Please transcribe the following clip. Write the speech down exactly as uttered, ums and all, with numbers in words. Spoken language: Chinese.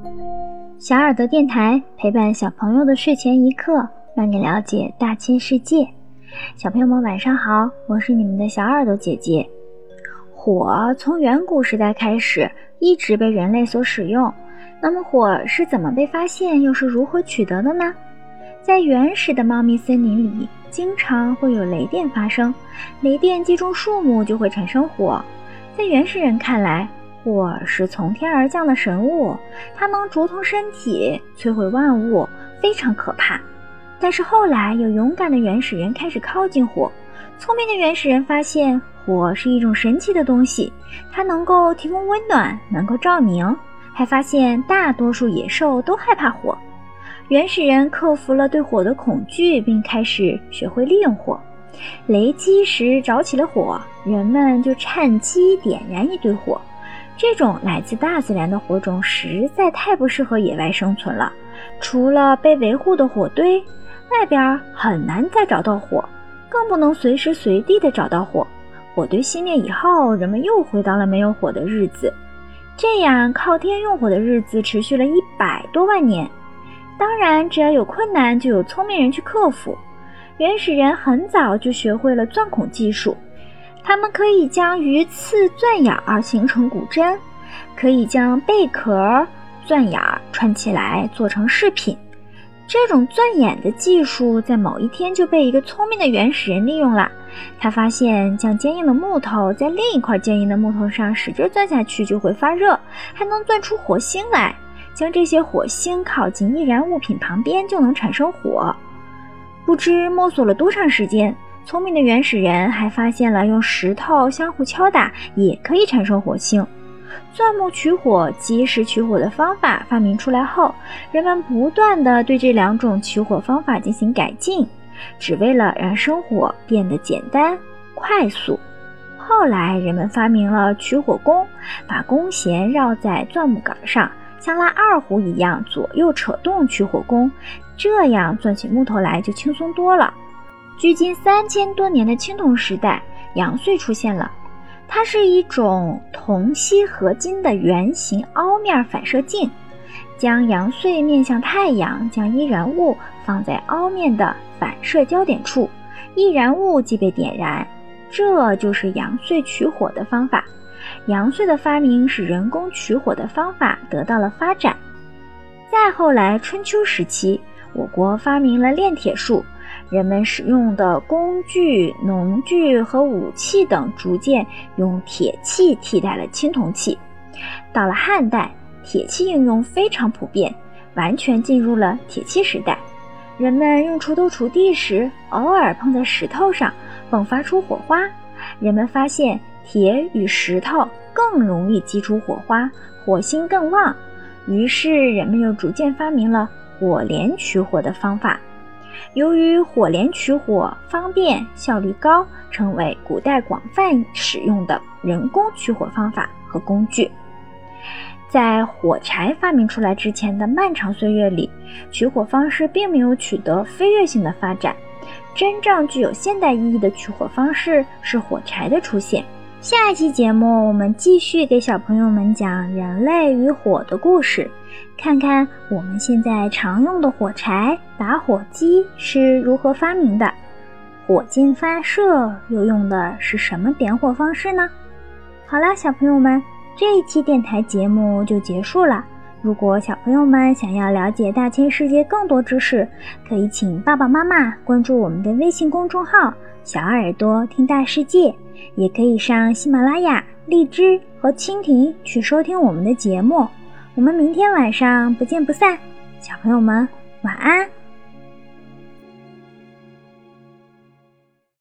小耳朵电台陪伴小朋友的睡前一刻，让你了解大千世界。小朋友们晚上好，我是你们的小耳朵姐姐。火从远古时代开始一直被人类所使用，那么火是怎么被发现，又是如何取得的呢？在原始的茂密森林里，经常会有雷电发生，雷电击中树木就会产生火。在原始人看来，火是从天而降的神物，它能灼痛身体，摧毁万物，非常可怕。但是后来有勇敢的原始人开始靠近火，聪明的原始人发现火是一种神奇的东西，它能够提供温暖，能够照明，还发现大多数野兽都害怕火。原始人克服了对火的恐惧，并开始学会利用火。雷击时着起了火，人们就趁机点燃一堆火。这种来自大自然的火种实在太不适合野外生存了，除了被维护的火堆，外边很难再找到火，更不能随时随地的找到火。火堆熄灭以后，人们又回到了没有火的日子。这样靠天用火的日子持续了一百多万年。当然，只要有困难，就有聪明人去克服。原始人很早就学会了钻孔技术，他们可以将鱼刺钻眼儿形成骨针，可以将贝壳钻眼儿串起来做成饰品。这种钻眼的技术在某一天就被一个聪明的原始人利用了。他发现将坚硬的木头在另一块坚硬的木头上使劲钻下去就会发热，还能钻出火星来，将这些火星靠近易燃物品旁边就能产生火。不知摸索了多长时间，聪明的原始人还发现了用石头相互敲打也可以产生火星。钻木取火、基石取火的方法发明出来后，人们不断地对这两种取火方法进行改进，只为了让生活变得简单快速。后来人们发明了取火弓，把弓弦绕在钻木杆上，像拉二胡一样左右扯动取火弓，这样钻起木头来就轻松多了。距今三千多年的青铜时代，阳燧出现了。它是一种铜锡合金的圆形凹面反射镜，将阳燧面向太阳，将易燃物放在凹面的反射焦点处，易燃物即被点燃。这就是阳燧取火的方法。阳燧的发明使人工取火的方法得到了发展。再后来，春秋时期，我国发明了炼铁术，人们使用的工具、农具和武器等逐渐用铁器替代了青铜器。到了汉代，铁器应用非常普遍，完全进入了铁器时代。人们用锄头锄地时，偶尔碰在石头上，迸发出火花。人们发现铁与石头更容易激出火花，火星更旺。于是人们又逐渐发明了火镰取火的方法。由于火镰取火方便、效率高，成为古代广泛使用的人工取火方法和工具。在火柴发明出来之前的漫长岁月里，取火方式并没有取得飞跃性的发展。真正具有现代意义的取火方式是火柴的出现。下一期节目，我们继续给小朋友们讲人类与火的故事，看看我们现在常用的火柴、打火机是如何发明的，火箭发射又用的是什么点火方式呢？好啦，小朋友们，这一期电台节目就结束了。如果小朋友们想要了解大千世界更多知识，可以请爸爸妈妈关注我们的微信公众号小耳朵听大世界，也可以上喜马拉雅、荔枝和蜻蜓去收听我们的节目。我们明天晚上不见不散，小朋友们晚安。